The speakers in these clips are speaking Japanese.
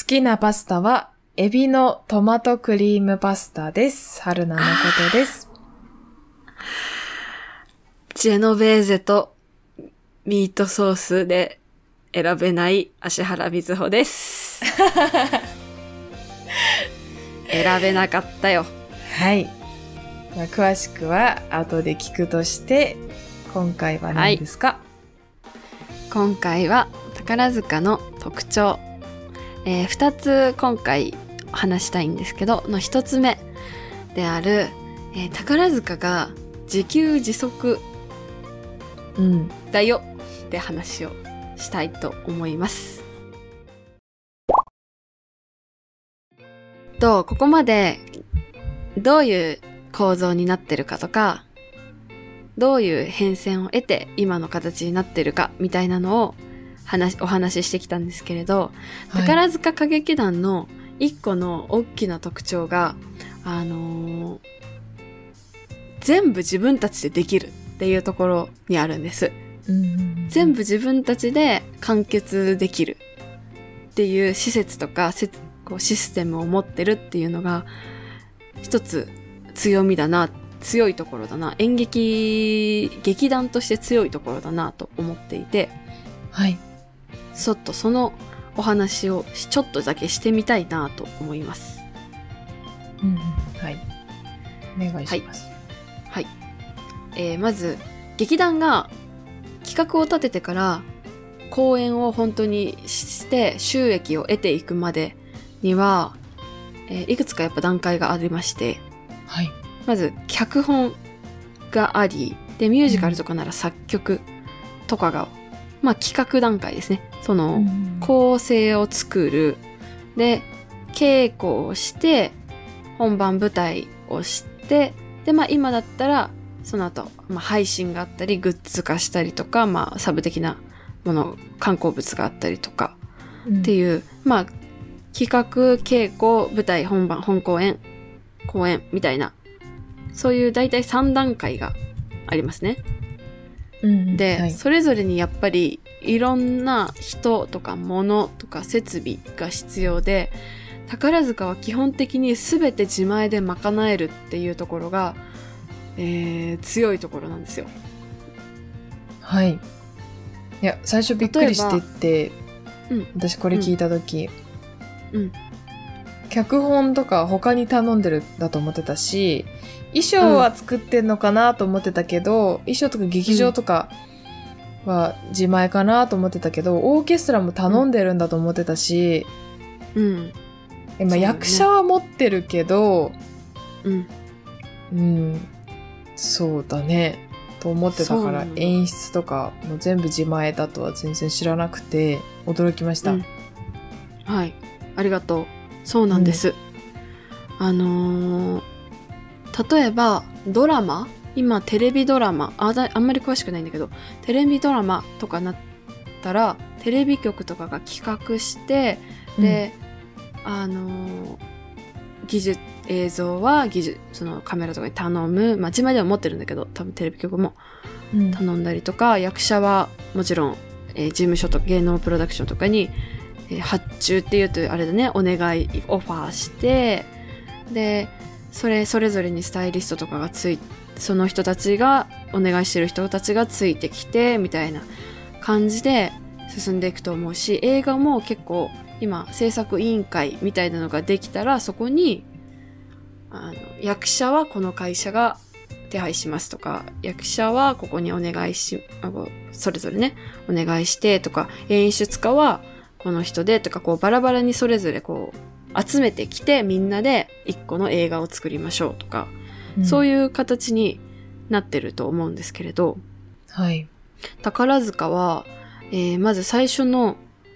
きなパスタはエビのトマトクリームパスタです。春菜のことです。 ジェノベーゼとミートソースで選べない芦原瑞穂です。選べなかったよ。 はい。まあ、詳しくは後で聞くとして、今回は何ですか？ 今回は宝塚の特徴。2つ今回話したいんですけど、の1つ目である、宝塚が自給自足だよって話をしたいと思います。ここまでどういう構造になってるかとか、どういう変遷を得て今の形になってるかみたいなのをお話ししてきたんですけれど、はい、宝塚歌劇団の一個の大きな特徴が、全部自分たちでできるっていうところにあるんです。全部自分たちで完結できるっていう施設とかシステムを持ってるっていうのが一つ強いところだな、劇団として強いところだなと思っていて、 はい。 ちょっとそのお話をちょっとだけしてみたいなと思います。 はい。お願いします。 はい。まず、劇団が企画を立ててから公演を本当にして収益を得ていくまでには、いくつかやっぱ段階がありまして、 はい。 まず、脚本があり、で、ミュージカルとかなら作曲とかが、まあ企画段階ですね。その、構成を作る。で、稽古をして、本番舞台をして、で、まあ今だったら、その後、まあ配信があったり、グッズ化したりとか、まあサブ的なもの、観光物があったりとか、っていう、まあ、企画、稽古、舞台、本番、本公演、公演みたいな、そういう大体3段階がありますね。で、はい、それぞれにやっぱりいろんな人とか物とか設備が必要で、宝塚は基本的に全て自前で賄えるっていうところが、強いところなんですよ。 はい。いや、最初びっくりしてて、私これ聞いたとき、脚本とか他に頼んでるんだと思ってたし、衣装は作ってんのかなと思ってたけど、衣装とか劇場とかは自前かなと思ってたけど、オーケストラも頼んでるんだと思ってたし、まあ、役者は持ってるけど、そうだねと思ってたから、演出とかも全部自前だとは全然知らなくて驚きました。 はい、ありがとう。そうなんです。例えばドラマ、今テレビドラマ、あんまり詳しくないんだけど、テレビドラマとかなったらテレビ局とかが企画して、で、映像はそのカメラとかに頼む、まあ自前では持ってるんだけど、多分テレビ局も頼んだりとか、役者はもちろん、事務所とか芸能プロダクションとかに、発注っていうとあれだね、オファーして、でそれぞれにスタイリストとかがその人たちがお願いしてる人たちがついてきてみたいな感じで進んでいくと思うし、映画も結構今制作委員会みたいなのができたら、そこに役者はこの会社が手配しますとか、役者はここにそれぞれねお願いしてとか、演出家はこの人でとか、こうバラバラにそれぞれこう集めてきて、みんなで一個の映画を作りましょうとか、そういう形になってると思うんですけれど、 はい。 宝塚は、まず最初の、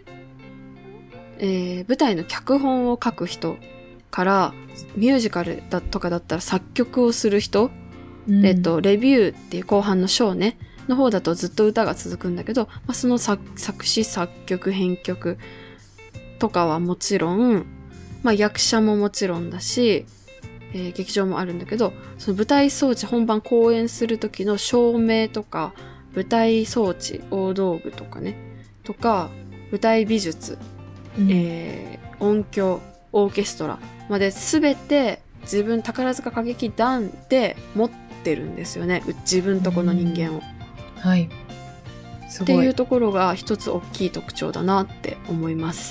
舞台の脚本を書く人から、ミュージカルとかだったら作曲をする人、レビューっていう後半の章ね、の方だとずっと歌が続くんだけど、まあ、その作詞、作曲、編曲とかはもちろん、まあ役者ももちろんだし、劇場もあるんだけど、その舞台装置、本番公演する時の照明とか、舞台装置、大道具とかね、とか、舞台美術、 音響、オーケストラまで全て自分宝塚歌劇団で持ってるんですよね。自分とこの人間を。 はい。すごい。 っていうところが一つ大きい特徴だなって思います。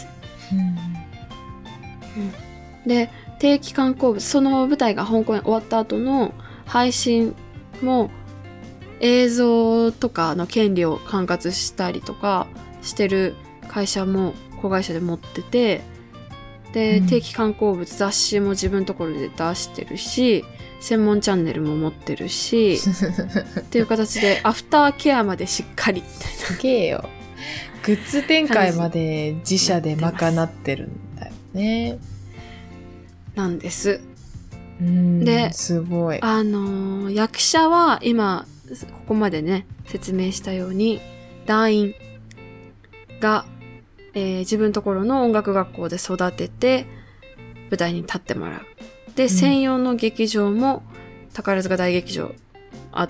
で、定期刊行物、その舞台が香港に終わった後の配信も映像とかの権利を管轄したりとかしてる会社も子会社で持ってて、で、定期刊行物雑誌も自分のところで出してるし、専門チャンネルも持ってるしっていう形でアフターケアまでしっかりみたいな。 すげえよ。グッズ展開まで自社で賄ってるんだよね。 なんです。 で、すごい。 役者は今ここまでね説明したように団員が、自分のところの音楽学校で育てて舞台に立ってもらう。で、専用の劇場も宝塚大劇場あって、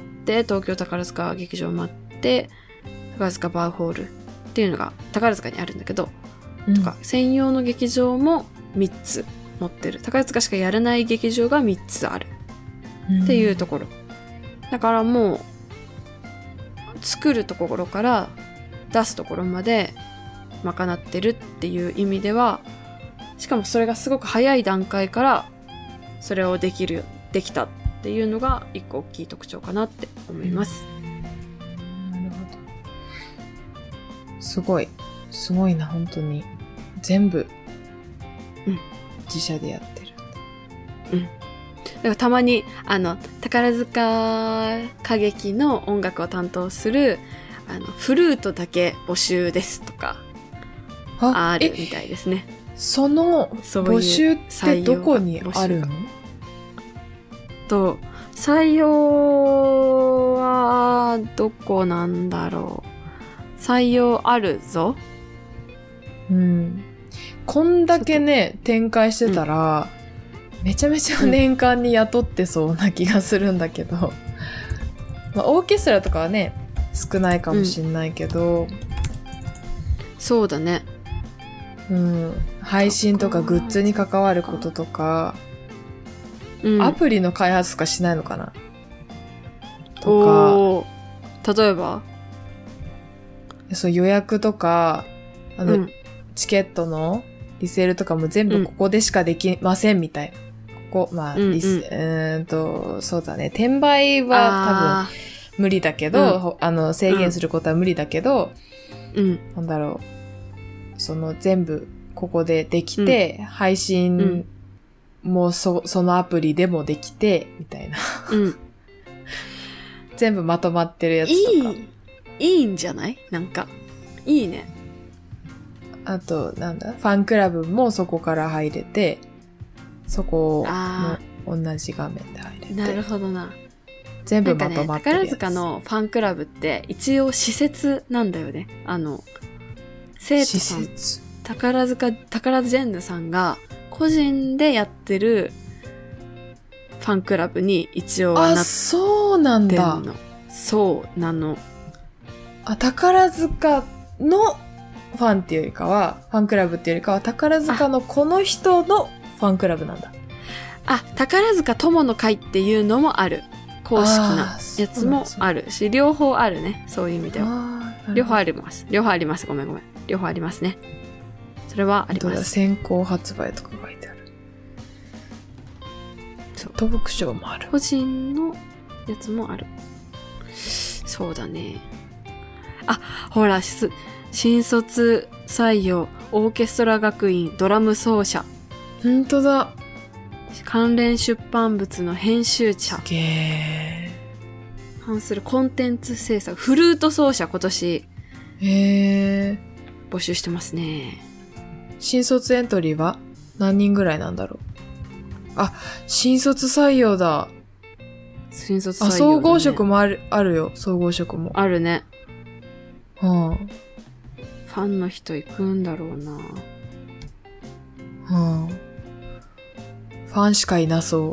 東京宝塚劇場もあって、宝塚バーホールっていうのが宝塚にあるんだけど、とか専用の劇場も3つ持ってる。宝塚しかやらない劇場が3つあるっていうところ。だからもう作るところから出すところまで賄ってるっていう意味では、しかもそれがすごく早い段階からそれをできたっていうのが一個大きい特徴かなって思います。 なるほど。すごいな、本当に。全部、自社でやってる。 だからたまに、宝塚歌劇の音楽を担当する、フルートだけ募集ですとか、あるみたいですね。 その募集ってどこにあるの？ 採用はどこなんだろう。採用あるぞ。 こんだけね展開してたら、めちゃめちゃ年間に雇ってそうな気がするんだけど、オーケストラとかはね少ないかもしんないけど、 そうだね。 配信とかグッズに関わることとか、アプリの開発とかしないのかなとか、例えばそう予約とかチケットのリセールとかも全部ここでしかできませんみたいな。ここそうだね。転売は多分無理だけど、制限することは無理だけど、なんだろう。全部ここでできて、配信もそのアプリでもできて、みたいな。全部まとまってるやつとか。 いいんじゃない？なんか、いいね。 あと、ファンクラブもそこから入れて、そこの同じ画面で入れて。 なるほどな。 全部まとまってるやつ。 宝塚のファンクラブって一応施設なんだよね。生徒さん、宝ジェンヌさんが個人でやってるファンクラブに一応なってんの。 そうなんだ。 そうなの。 宝塚のファンっていうよりかは、ファンクラブっていうよりかは、宝塚のこの人のファンクラブなんだ。 宝塚友の会っていうのもある。公式なやつもあるし、両方あるね。そういう意味では。両方あります。ごめん。両方ありますね。それはあります。 先行発売とか書いてある。トブクショーもある。 個人のやつもある。そうだね。ほら、新卒採用、オーケストラ学院、ドラム奏者。 ほんとだ。 関連出版物の編集者。 すげー。 関するコンテンツ制作、フルート奏者今年。募集してますね。 新卒エントリーは何人ぐらいなんだろう。新卒採用だ。 新卒採用だね。 総合職もあるよ。総合職も。 あるね。 ファンの人行くんだろうな。 ファンしかいなそう。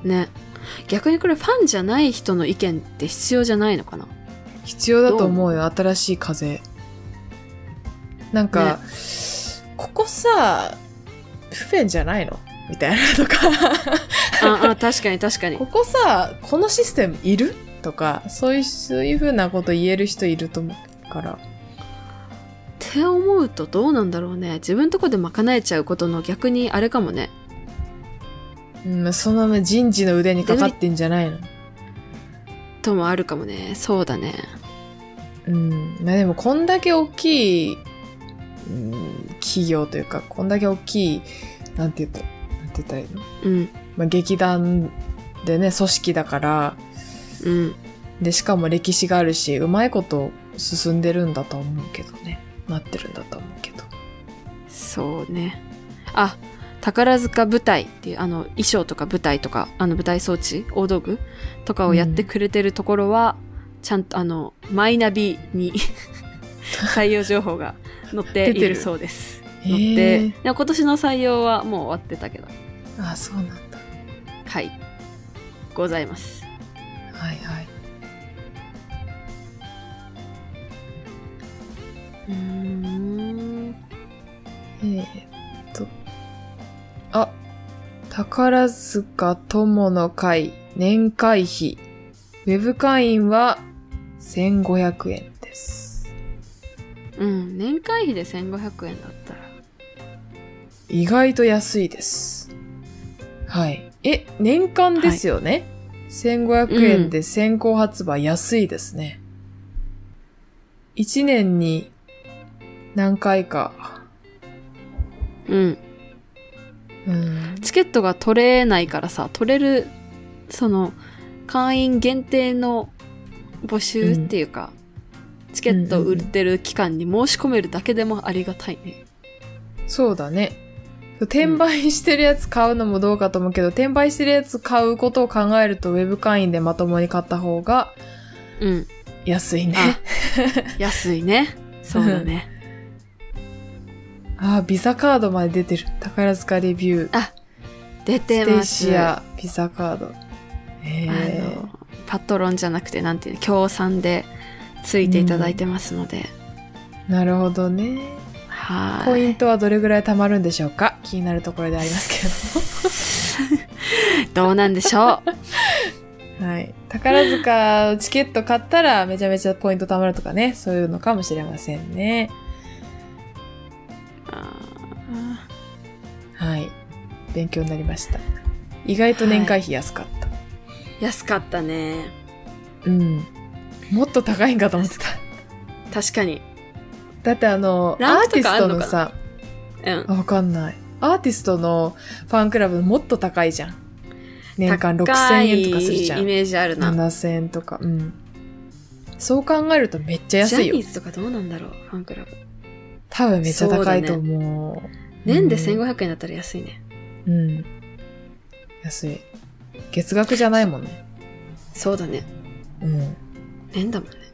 ね。逆にこれファンじゃない人の意見って必要じゃないのかな？ 必要だと思うよ。新しい風。なんか、ここさ、不便じゃないのみたいなとか確かに確かに。 ここさ、このシステムいるとか、そういう風なこと言える人いると思うから。 って思うとどうなんだろうね。自分とこで賄えちゃうことの逆にあれかもね。 その人事の腕にかかってんじゃないのともあるかもね。そうだね。 まあでもこんだけ大きい、企業というか、こんだけ大きい、なんて言ったらいいの？まあ劇団でね、組織だから、で、しかも歴史があるし、うまいこと進んでるんだと思うけどね。なってるんだと思うけど。 そうね。宝塚舞台っていう、衣装とか舞台とか、舞台装置、大道具とかをやってくれてるところは、ちゃんとマイナビに採用情報が載っているそうです。載って、今年の採用はもう終わってたけど。 そうなんだ。 はい。ございます。 はいはい。宝塚友の会年会費。ウェブ会員は1500円です。 年会費で1500円だったら。 意外と安いです。はい。年間ですよね。はい、1500円で先行発売安いですね。1年に何回か。 チケットが取れないからさ、取れる、会員限定の募集っていうか、チケット売ってる期間に申し込めるだけでもありがたいね。 そうだね。転売してるやつ買うのもどうかと思うけど、転売してるやつ買うことを考えると、ウェブ会員でまともに買った方が、安いね。 安いね。そうだね。 ビザカードまで出てる。宝塚レビュー。 出てます。 ステイシア、ビザカード。 パトロンじゃなくて、なんていうの、協賛でついていただいてますので。 なるほどね。ポイントはどれぐらい貯まるんでしょうか？気になるところでありますけど。どうなんでしょう。はい。宝塚チケット買ったらめちゃめちゃポイント貯まるとかね、そういうのかもしれませんね。はい。勉強になりました。意外と年会費安かった。 安かったね。 もっと高いんかと思ってた。 確かに。 だってアーティストのさ、わかんない。アーティストのファンクラブもっと高いじゃん。年間6000円とかするじゃん。 イメージあるな。 7000円とか。そう考えるとめっちゃ安いよ。 ジャニーズとかどうなんだろう、ファンクラブ。 多分めっちゃ高いと思う。 年で1500円だったら安いね。 安い。月額じゃないもんね。 そうだね。年だもんね。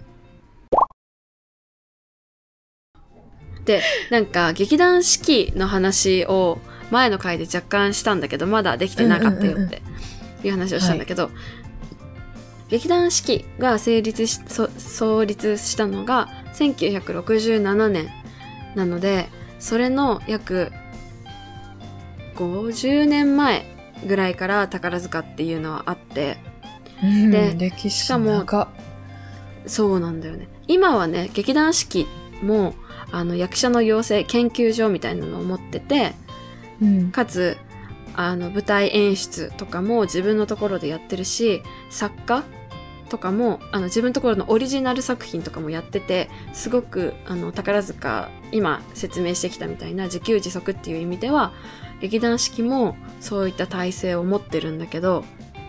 で、なんか劇団四季の話を前の回で若干したんだけど、まだできてなかったよっていう話をしたんだけど、劇団四季が創立したのが1967年なので、それの約50年前ぐらいから宝塚っていうのはあって、 で、歴史長。 しかも、そうなんだよね。今はね、劇団四季も役者の養成研究所みたいなのを持ってて、かつ舞台演出とかも自分のところでやってるし、作家とかも自分のところのオリジナル作品とかもやってて、すごく宝塚今説明してきたみたいな自給自足っていう意味では劇団四季もそういった体制を持ってるんだけど、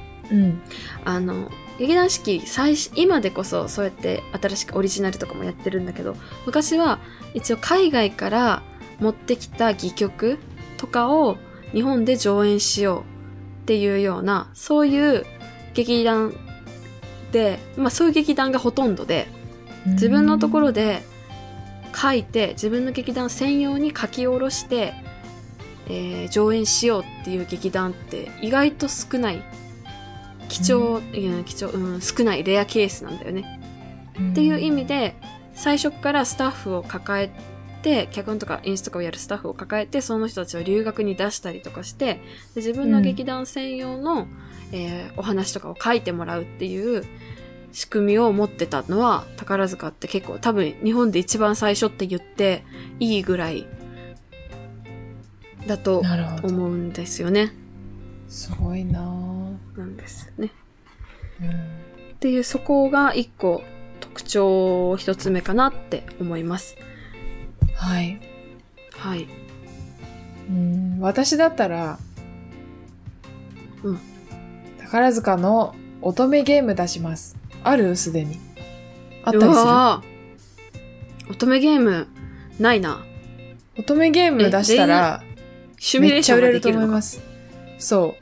劇団四季今でこそそうやって新しくオリジナルとかもやってるんだけど、昔は一応海外から持ってきた戯曲とかを日本で上演しようっていうような、そういう劇団で、そういう劇団がほとんどで、自分のところで書いて自分の劇団専用に書き下ろして、上演しようっていう劇団って意外と少ない、少ないレアケースなんだよね。っていう意味で最初からスタッフを抱えて、脚本とか演出とかをやるスタッフを抱えて、その人たちを留学に出したりとかして、で自分の劇団専用の、お話とかを書いてもらうっていう仕組みを持ってたのは、宝塚って結構多分日本で一番最初って言っていいぐらいだと思うんですよね。 すごいなぁ。 なんですよね。 うん、 っていう、そこが一個特徴一つ目かなって思います。 はい。 はい。 私だったら、 うん。 宝塚の乙女ゲーム出します。ある？すでに。あったりする？ 乙女ゲーム、ないな。 乙女ゲーム出したら、 シミュレーションができるのか。めっちゃ売れると思います。 そう。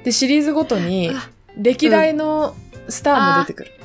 で、シリーズごとに、歴代のスターも出てくる。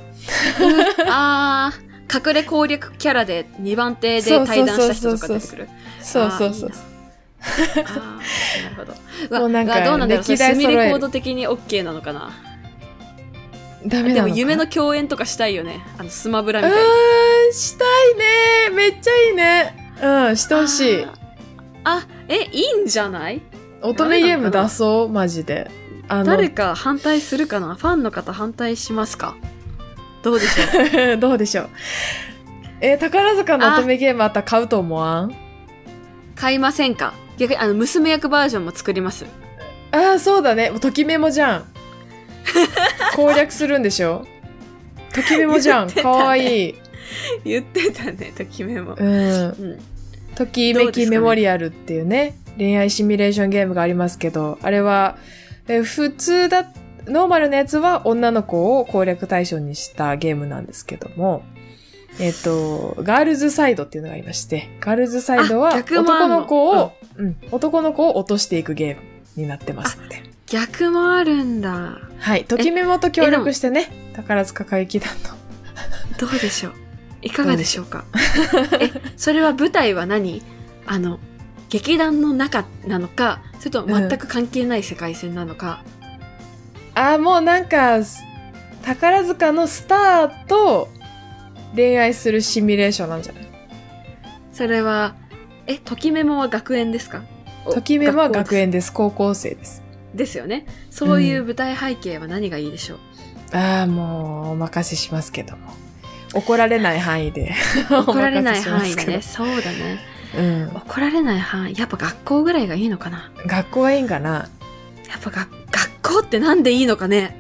隠れ攻略キャラで2番手で対談した人とか出てくる。 そうそうそう。 なるほど。 もうなんか、 どうなんだろう、 歴代スミレコード的に OK なのかな。 ダメなのか。 でも夢の共演とかしたいよね。スマブラみたいな。 したいね。めっちゃいいね。してほしい。 いいんじゃない？ 乙女ゲーム出そう、マジで。 誰か反対するかな？ファンの方反対しますか？どうでしょう？ どうでしょう？宝塚の乙女ゲームあったら買うと思わん？ 買いませんか？逆に娘役バージョンも作ります。 そうだね。もうときメモじゃん。攻略するんでしょ？ときメモじゃん。かわいい。 言ってたね、ときメモ。 ときめきメモリアルっていうね、恋愛シミュレーションゲームがありますけど、あれは、普通ノーマルなやつは女の子を攻略対象にしたゲームなんですけども、ガールズサイドっていうのがありまして、ガールズサイドは男の子を落としていくゲームになってますので。 逆もあるんだ。 はい。ときメモと協力してね、宝塚歌劇団の。 どうでしょう？いかがでしょうか？それは舞台は何？劇団の中なのか、それとも全く関係ない世界線なのか。 もうなんか、宝塚のスターと恋愛するシミュレーションなんじゃない？ それは、ときメモは学園ですか？ ときメモは学園です。高校生です。 ですよね。そういう舞台背景は何がいいでしょう？ もうお任せしますけども。怒られない範囲で。 怒られない範囲でね。そうだね。怒られない範囲。やっぱ学校ぐらいがいいのかな？ 学校がいいんかな？ やっぱ学校ってなんでいいのかね？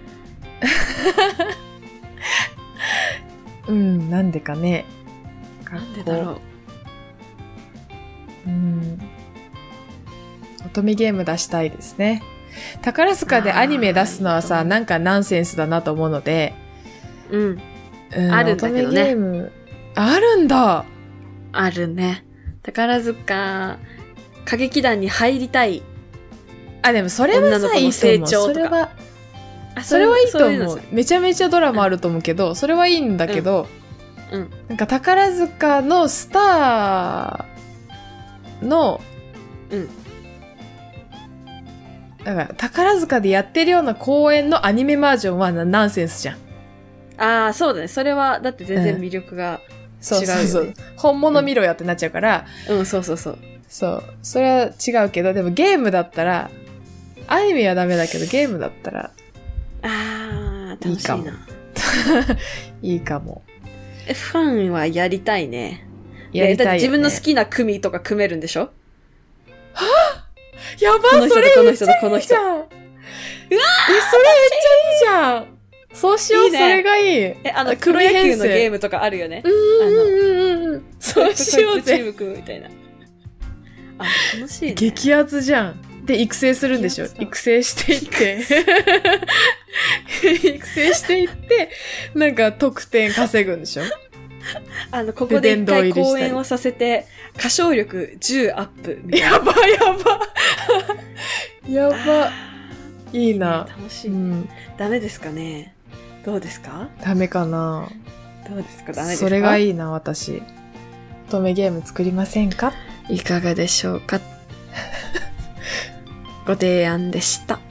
なんでかね。 なんでだろう。 乙女ゲーム出したいですね。宝塚でアニメ出すのはさ、なんかナンセンスだなと思うので。 あるんだけどね。 乙女ゲーム、あるんだ。 あるね。宝塚、歌劇団に入りたい。 でもそれはさ、いいと思う。それはいいと思う。めちゃめちゃドラマあると思うけど、それはいいんだけど、なんか宝塚のスターの、だから宝塚でやってるような公演のアニメバージョンはナンセンスじゃん。 そうだね。それは、だって全然魅力が違うよね。 そう。本物見ろよってなっちゃうから。 そう。 そう。それは違うけど、でもゲームだったら、アニメはダメだけど、ゲームだったら、 楽しいな。 いいかも。 ファンはやりたいね。 やりたいよね。 だって自分の好きな組とか組めるんでしょ？ やばい、それめっちゃいいじゃん。うわー、それめっちゃいいじゃん。そうしよう、いいね、それがいい。 プロ野球のゲームとかあるよね。 そうしようぜ。 チーム組むみたいな。楽しいね。 激アツじゃん。で、育成するんでしょ？育成していって。育成していって、なんか得点稼ぐんでしょ？ ここで一回公演をさせて、歌唱力10アップみたいな。 やば。いいな。 楽しい。ダメですかね？どうですか？ ダメかな？ どうですか？ダメですか？ それがいいな、私。乙女ゲーム作りませんか？ いかがでしょうか？ご提案でした。 はい。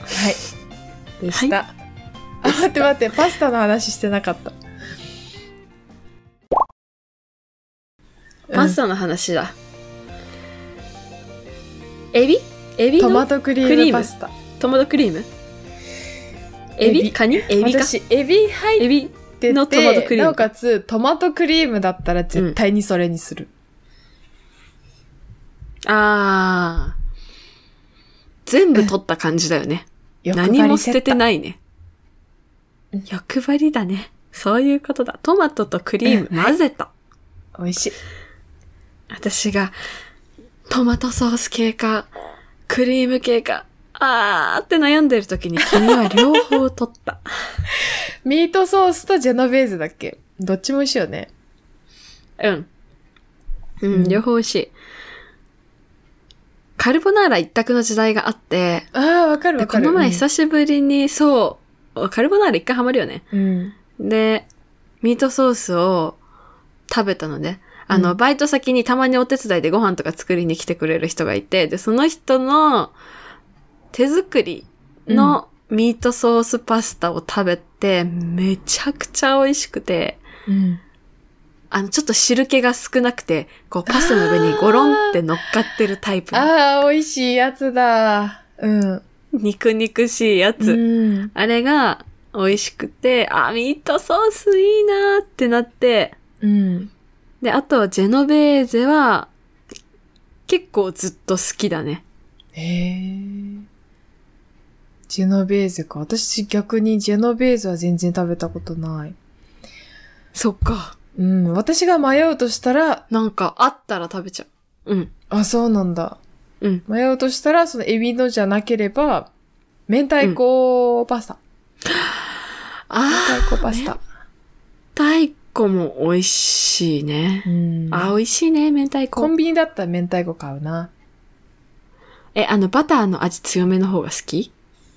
でした。待って、パスタの話してなかった。 パスタの話だ。 エビのトマトクリームパスタ。 トマトクリームエビカニエビか。 私、エビ入エビってのトマトクリーム。 なおかつ、トマトクリームだったら絶対にそれにする。 全部取った感じだよね。何も捨ててないね。欲張りだね。そういうことだ。トマトとクリーム混ぜた。 美味しい。 私が、トマトソース系か、クリーム系か、って悩んでる時に君は両方取った。 ミートソースとジェノベーゼだっけ？どっちも美味しいよね。 両方美味しい。カルボナーラ一択の時代があって、 わかる。 この前久しぶりに、カルボナーラ一回ハマるよね。で、ミートソースを食べたので、バイト先にたまにお手伝いでご飯とか作りに来てくれる人がいて、で、その人の手作りのミートソースパスタを食べて、めちゃくちゃ美味しくて、ちょっと汁気が少なくて、こうパスタの上にゴロンって乗っかってるタイプ。 美味しいやつだ。 肉々しいやつ。あれが美味しくて、ミートソースいいなーってなって、で、あと、ジェノベーゼは、結構ずっと好きだね。 ジェノベーゼか。私逆にジェノベーゼは全然食べたことない。 そっか。 私が迷うとしたら、 なんか、あったら食べちゃう。 そうなんだ。迷うとしたら、そのエビのじゃなければ、明太子パスタ。明太子パスタ。 明太子も美味しいね。美味しいね、明太子。 コンビニだったら明太子買うな。 バターの味強めの方が好き？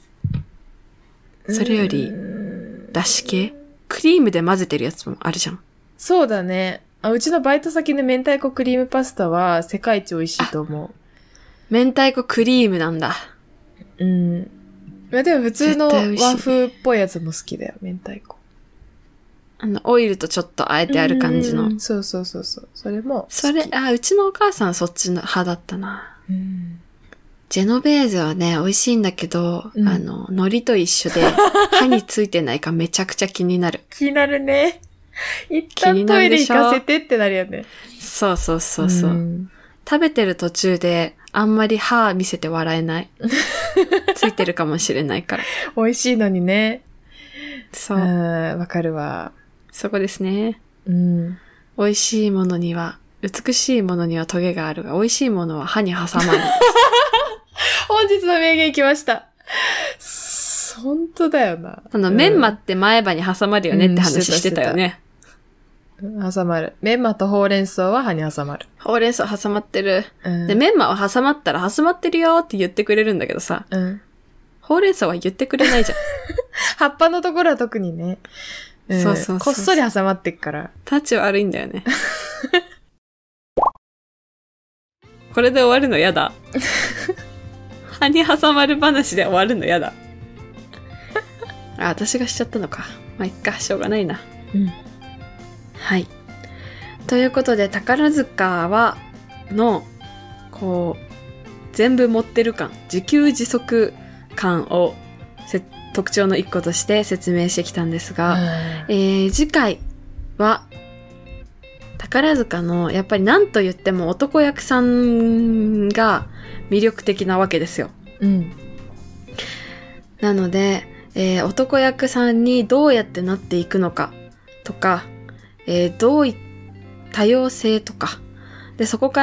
それより、だし系？クリームで混ぜてるやつもあるじゃん。 そうだね。うちのバイト先の明太子クリームパスタは世界一美味しいと思う。 明太子クリームなんだ。 でも普通の和風っぽいやつも好きだよ、明太子。 オイルとちょっとあえてある感じの。 そう。それも好き。 うちのお母さんそっちの派だったな。ジェノベーゼはね、美味しいんだけど、海苔と一緒で、歯についてないかめちゃくちゃ気になる。 気になるね。一旦トイレ行かせてってなるよね。 そう。食べてる途中で、あんまり歯見せて笑えない。ついてるかもしれないから。 美味しいのにね。 そう。 わかるわ。 そこですね。美味しいものには、美しいものにはトゲがあるが、美味しいものは歯に挟まる。 本日の名言来ました。本当だよな。 メンマって前歯に挟まるよねって話してたよね。 挟まる。メンマとほうれん草は歯に挟まる。 ほうれん草挟まってる。で、メンマは挟まったら挟まってるよって言ってくれるんだけどさ。ほうれん草は言ってくれないじゃん。 葉っぱのところは特にね。 そう。 こっそり挟まってっから。 タチ悪いんだよね。これで終わるのやだ。歯に挟まる話で終わるのやだ。私がしちゃったのか。まあ、いっか、しょうがないな。はい。ということで、宝塚全部持ってる感、自給自足感を特徴の一個として説明してきたんですが、次回は、宝塚の、やっぱり何と言っても男役さんが魅力的なわけですよ。なので、男役さんにどうやってなっていくのかとか、どうい多様性とか、で、そこから、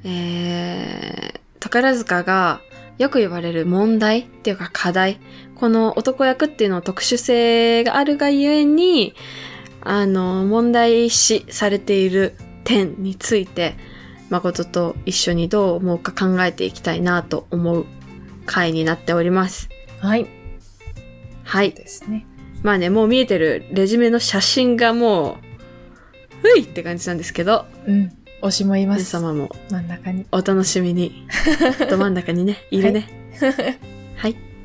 宝塚がよく言われる問題っていうか課題、この男役っていうのは特殊性があるがゆえに、問題視されている点について、誠と一緒にどう思うか考えていきたいなと思う回になっております。 はい。 はい。 ですね。 まあね、もう見えてるレジュメの写真がもう、ふいって感じなんですけど。 推しもいます。 皆様も真ん中に。 お楽しみに。ど真ん中にね、いるね。はい。